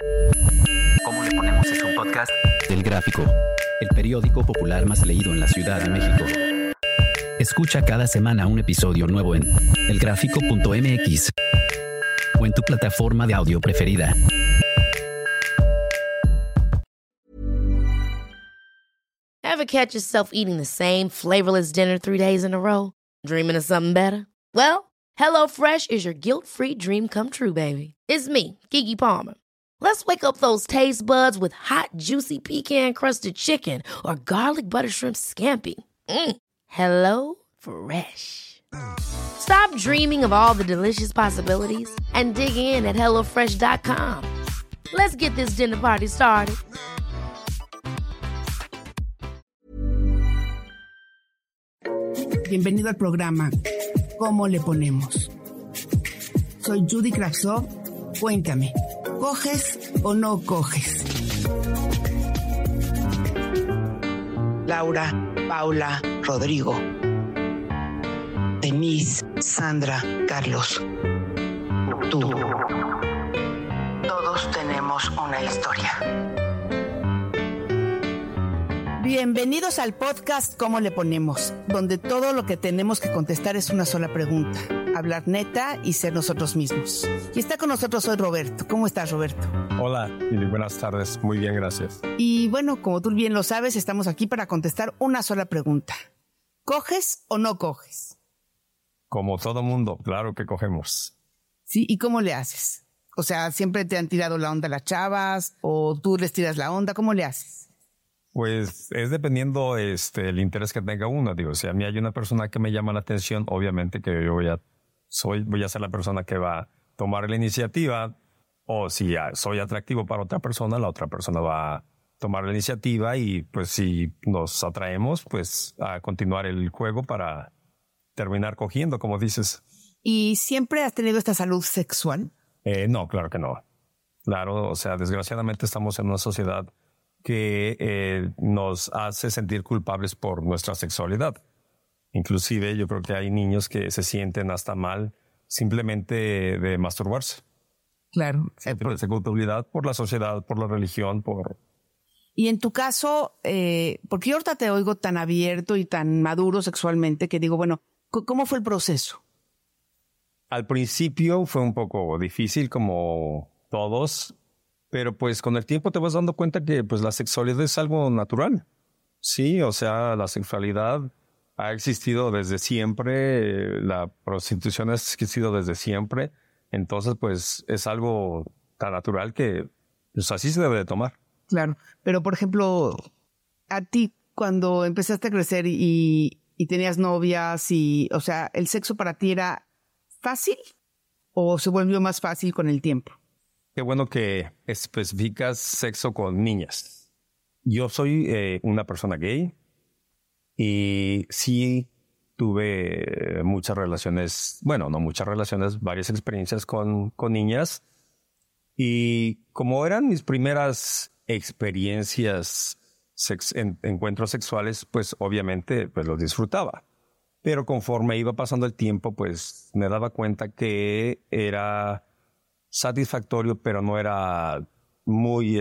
¿Cómo le ponemos? Es un podcast del Gráfico, el periódico popular más leído en la Ciudad de México. Escucha cada semana un episodio nuevo en elgráfico.mx o en tu plataforma de audio preferida. Ever catch yourself eating the same flavorless dinner 3 days in a row? Dreaming of something better? Well, HelloFresh is your guilt-free dream come true, baby. It's me, Keke Palmer. Let's wake up those taste buds with hot, juicy pecan-crusted chicken or garlic butter shrimp scampi. Hello Fresh. Stop dreaming of all the delicious possibilities and dig in at HelloFresh.com. Let's get this dinner party started. Bienvenido al programa ¿Cómo le ponemos? Soy Judy Kravtsov. Cuéntame, ¿coges o no coges? Laura, Paula, Rodrigo, Denise, Sandra, Carlos, tú. Todos tenemos una historia. Bienvenidos al podcast ¿Cómo le ponemos? Donde todo lo que tenemos que contestar es una sola pregunta. Hablar neta y ser nosotros mismos. Y está con nosotros hoy Roberto. ¿Cómo estás, Roberto? Hola, y buenas tardes. Muy bien, gracias. Y bueno, como tú bien lo sabes, estamos aquí para contestar una sola pregunta. ¿Coges o no coges? Como todo mundo, claro que cogemos. Sí, ¿y cómo le haces? O sea, ¿siempre te han tirado la onda las chavas? ¿O tú les tiras la onda? ¿Cómo le haces? Pues es dependiendo el interés que tenga uno. Digo, si a mí hay una persona que me llama la atención, obviamente que yo voy a ser la persona que va a tomar la iniciativa. O si soy atractivo para otra persona, la otra persona va a tomar la iniciativa y pues si nos atraemos, pues a continuar el juego para terminar cogiendo, como dices. ¿Y siempre has tenido esta salud sexual? No, claro que no. Claro, o sea, desgraciadamente estamos en una sociedad que nos hace sentir culpables por nuestra sexualidad. Inclusive yo creo que hay niños que se sienten hasta mal simplemente de masturbarse. Claro. Por esa culpabilidad, por la sociedad, por la religión, Y en tu caso, porque yo ahorita te oigo tan abierto y tan maduro sexualmente que digo, bueno, ¿cómo fue el proceso? Al principio fue un poco difícil como todos, pero pues con el tiempo te vas dando cuenta que pues la sexualidad es algo natural. Sí, o sea, la sexualidad ha existido desde siempre, la prostitución ha existido desde siempre, entonces pues es algo tan natural que pues así se debe de tomar. Claro, pero por ejemplo, a ti cuando empezaste a crecer y tenías novias o sea, ¿el sexo para ti era fácil o se volvió más fácil con el tiempo? Qué bueno que especificas sexo con niñas. Yo soy una persona gay y sí tuve muchas relaciones, bueno, no muchas relaciones, varias experiencias con niñas. Y como eran mis primeras experiencias, encuentros sexuales, pues obviamente pues los disfrutaba. Pero conforme iba pasando el tiempo, pues me daba cuenta que era satisfactorio, pero no era muy,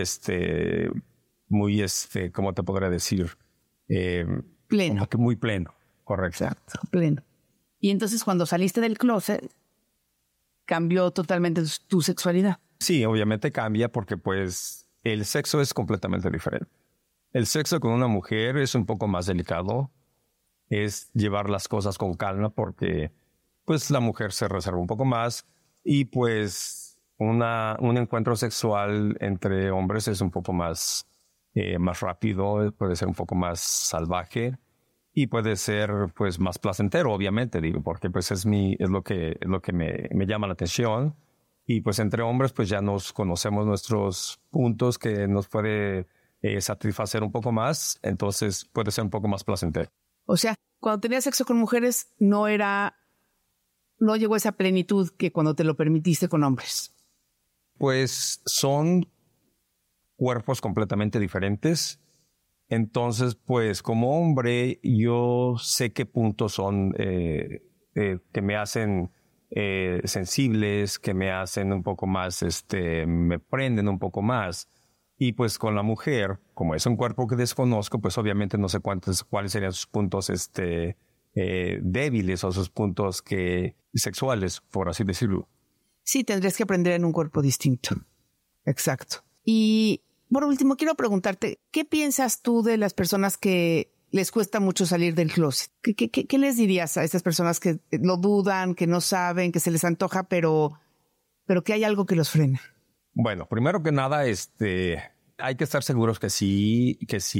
¿cómo te podría decir? Pleno. Como que muy pleno, correcto. Exacto, pleno. Y entonces cuando saliste del closet, cambió totalmente tu sexualidad. Sí, obviamente cambia porque pues el sexo es completamente diferente. El sexo con una mujer es un poco más delicado, es llevar las cosas con calma porque pues la mujer se reserva un poco más y pues un encuentro sexual entre hombres es un poco más rápido, puede ser un poco más salvaje y puede ser pues más placentero, obviamente, digo, porque pues es lo que me llama la atención. Y pues entre hombres pues ya nos conocemos nuestros puntos que nos puede satisfacer un poco más, entonces puede ser un poco más placentero. O sea, cuando tenías sexo con mujeres no llegó esa plenitud que cuando te lo permitiste con hombres. Pues son cuerpos completamente diferentes. Entonces, pues como hombre, yo sé qué puntos son que me hacen sensibles, que me hacen un poco más, me prenden un poco más. Y pues con la mujer, como es un cuerpo que desconozco, pues obviamente no sé cuáles serían sus puntos débiles o sus puntos sexuales, por así decirlo. Sí, tendrías que aprender en un cuerpo distinto. Exacto. Y por último, quiero preguntarte, ¿qué piensas tú de las personas que les cuesta mucho salir del closet? ¿Qué les dirías a estas personas que lo dudan, que no saben, que se les antoja, pero que hay algo que los frena? Bueno, primero que nada, hay que estar seguros que sí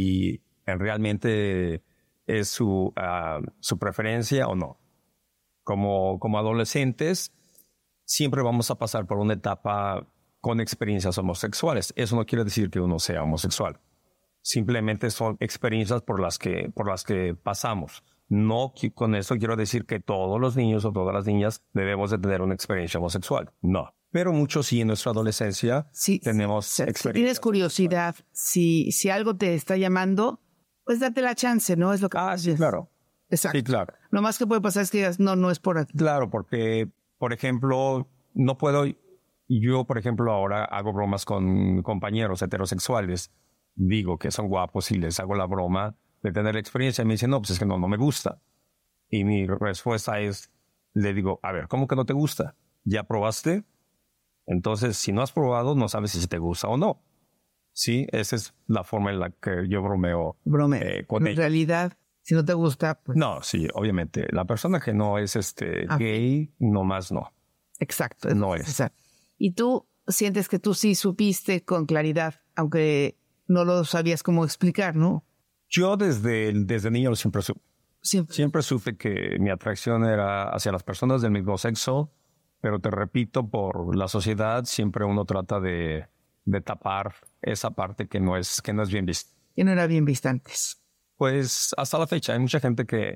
realmente es su preferencia o no. Como adolescentes, siempre vamos a pasar por una etapa con experiencias homosexuales. Eso no quiere decir que uno sea homosexual. Simplemente son experiencias por las que pasamos. No con eso quiero decir que todos los niños o todas las niñas debemos de tener una experiencia homosexual. No. Pero muchos sí en nuestra adolescencia tenemos experiencias. Si tienes curiosidad, si algo te está llamando, pues date la chance, ¿no? Es lo que sí, claro. Exacto. Sí, claro. Lo más que puede pasar es que digas, no es por aquí. Claro, porque, por ejemplo, no puedo... Yo, por ejemplo, ahora hago bromas con compañeros heterosexuales. Digo que son guapos y les hago la broma de tener experiencia. Y me dicen, no, pues es que no me gusta. Y mi respuesta es, le digo, a ver, ¿cómo que no te gusta? ¿Ya probaste? Entonces, si no has probado, no sabes si te gusta o no. Sí, esa es la forma en la que yo bromeo con en realidad, si no te gusta, pues... No, sí, obviamente. La persona que no es gay, nomás no. Exacto. No es. Exacto. Y tú sientes que tú sí supiste con claridad, aunque no lo sabías cómo explicar, ¿no? Yo desde niño siempre supe. Siempre supe que mi atracción era hacia las personas del mismo sexo, pero te repito, por la sociedad siempre uno trata de tapar esa parte que no es bien vista. Que no era bien vista antes. Pues hasta la fecha hay mucha gente que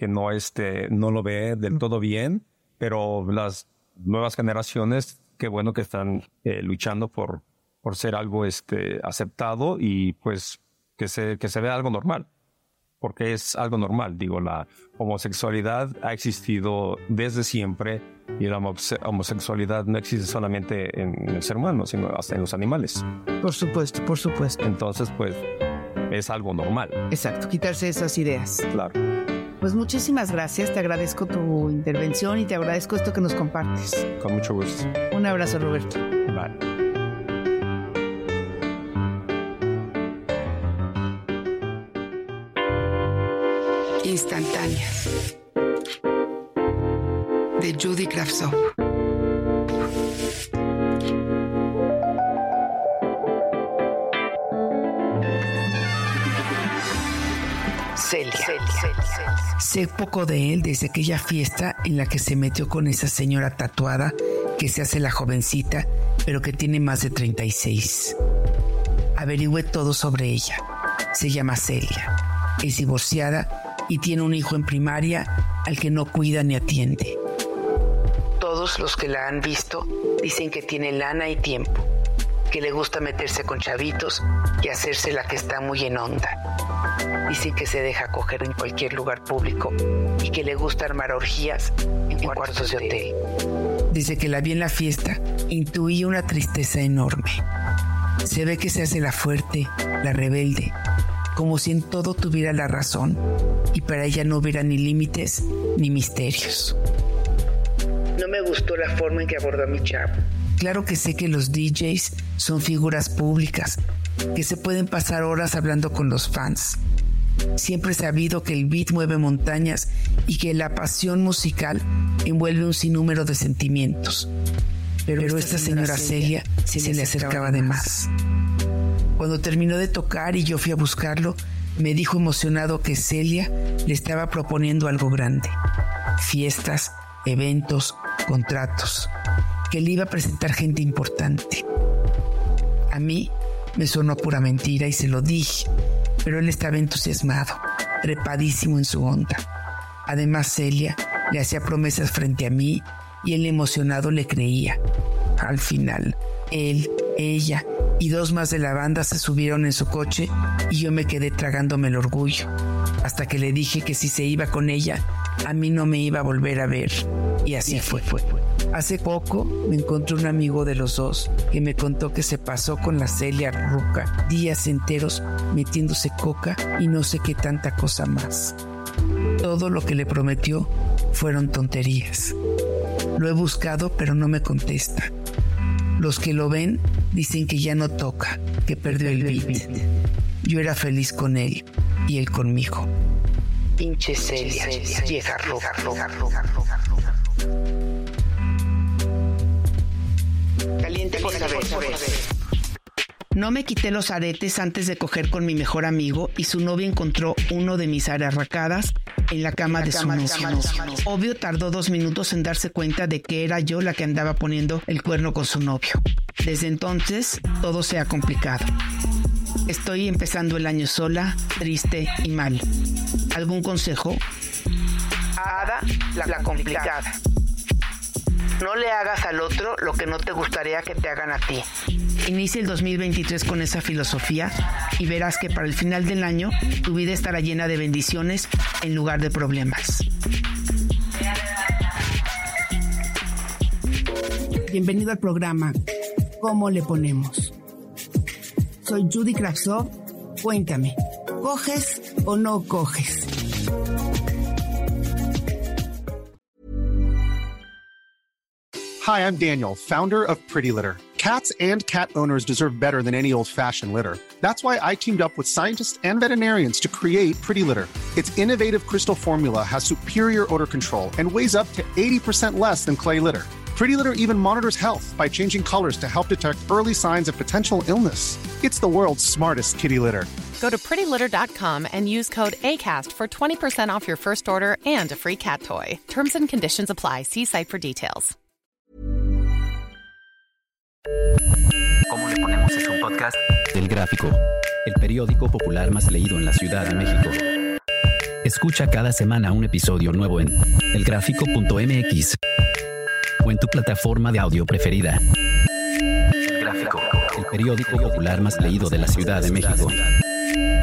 no lo ve del todo bien, pero las nuevas generaciones, qué bueno que están luchando por ser algo aceptado y pues que se vea algo normal. Porque es algo normal. Digo, la homosexualidad ha existido desde siempre y la homosexualidad no existe solamente en el ser humano, sino hasta en los animales. Por supuesto, por supuesto. Entonces, pues, es algo normal. Exacto, quitarse esas ideas. Claro. Pues muchísimas gracias, te agradezco tu intervención y te agradezco esto que nos compartes. Con mucho gusto. Un abrazo, Roberto. Bye. Instantáneas de Judy Kravtsov. Celia. Sé poco de él desde aquella fiesta en la que se metió con esa señora tatuada que se hace la jovencita, pero que tiene más de 36. Averigüé todo sobre ella. Se llama Celia. Es divorciada y tiene un hijo en primaria al que no cuida ni atiende. Todos los que la han visto dicen que tiene lana y tiempo, que le gusta meterse con chavitos y hacerse la que está muy en onda. Dicen que se deja coger en cualquier lugar público y que le gusta armar orgías en cuartos de hotel. Desde que la vi en la fiesta, intuí una tristeza enorme. Se ve que se hace la fuerte, la rebelde, como si en todo tuviera la razón y para ella no hubiera ni límites ni misterios. No me gustó la forma en que abordó a mi chavo. Claro que sé que los DJs son figuras públicas, que se pueden pasar horas hablando con los fans. Siempre he sabido que el beat mueve montañas y que la pasión musical envuelve un sinnúmero de sentimientos. Pero esta señora Celia se le acercaba de más. Cuando terminó de tocar y yo fui a buscarlo, me dijo emocionado que Celia le estaba proponiendo algo grande. Fiestas, eventos, contratos. Que le iba a presentar gente importante. A mí me sonó pura mentira y se lo dije, pero él estaba entusiasmado, trepadísimo en su onda. Además, Celia le hacía promesas frente a mí y él emocionado le creía. Al final, él, ella y dos más de la banda se subieron en su coche y yo me quedé tragándome el orgullo, hasta que le dije que si se iba con ella, a mí no me iba a volver a ver. Y así fue. Hace poco me encontré un amigo de los dos que me contó que se pasó con la Celia ruca días enteros metiéndose coca y no sé qué tanta cosa más. Todo lo que le prometió fueron tonterías. Lo he buscado pero no me contesta. Los que lo ven dicen que ya no toca, que perdió el beat. Yo era feliz con él y él conmigo. Pinche Celia, vieja roja. Caliente por saber. No me quité los aretes antes de coger con mi mejor amigo y su novia encontró uno de mis arracadas en la cama de su novio. Obvio tardó 2 minutos en darse cuenta de que era yo la que andaba poniendo el cuerno con su novio. Desde entonces todo se ha complicado. Estoy empezando el año sola, triste y mal. ¿Algún consejo? Ada, la complicada. No le hagas al otro lo que no te gustaría que te hagan a ti. Inicia el 2023 con esa filosofía y verás que para el final del año tu vida estará llena de bendiciones en lugar de problemas. Bienvenido al programa ¿Cómo le ponemos? Soy Judy Kravtsov. Cuéntame, ¿coges o no coges? Hi, I'm Daniel, founder of Pretty Litter. Cats and cat owners deserve better than any old-fashioned litter. That's why I teamed up with scientists and veterinarians to create Pretty Litter. Its innovative crystal formula has superior odor control and weighs up to 80% less than clay litter. Pretty Litter even monitors health by changing colors to help detect early signs of potential illness. It's the world's smartest kitty litter. Go to prettylitter.com and use code ACAST for 20% off your first order and a free cat toy. Terms and conditions apply. See site for details. ¿Cómo le ponemos? Es un podcast del Gráfico, el periódico popular más leído en la Ciudad de México. Escucha cada semana un episodio nuevo en elgráfico.mx o en tu plataforma de audio preferida. El Gráfico, el periódico popular más leído de la Ciudad de México.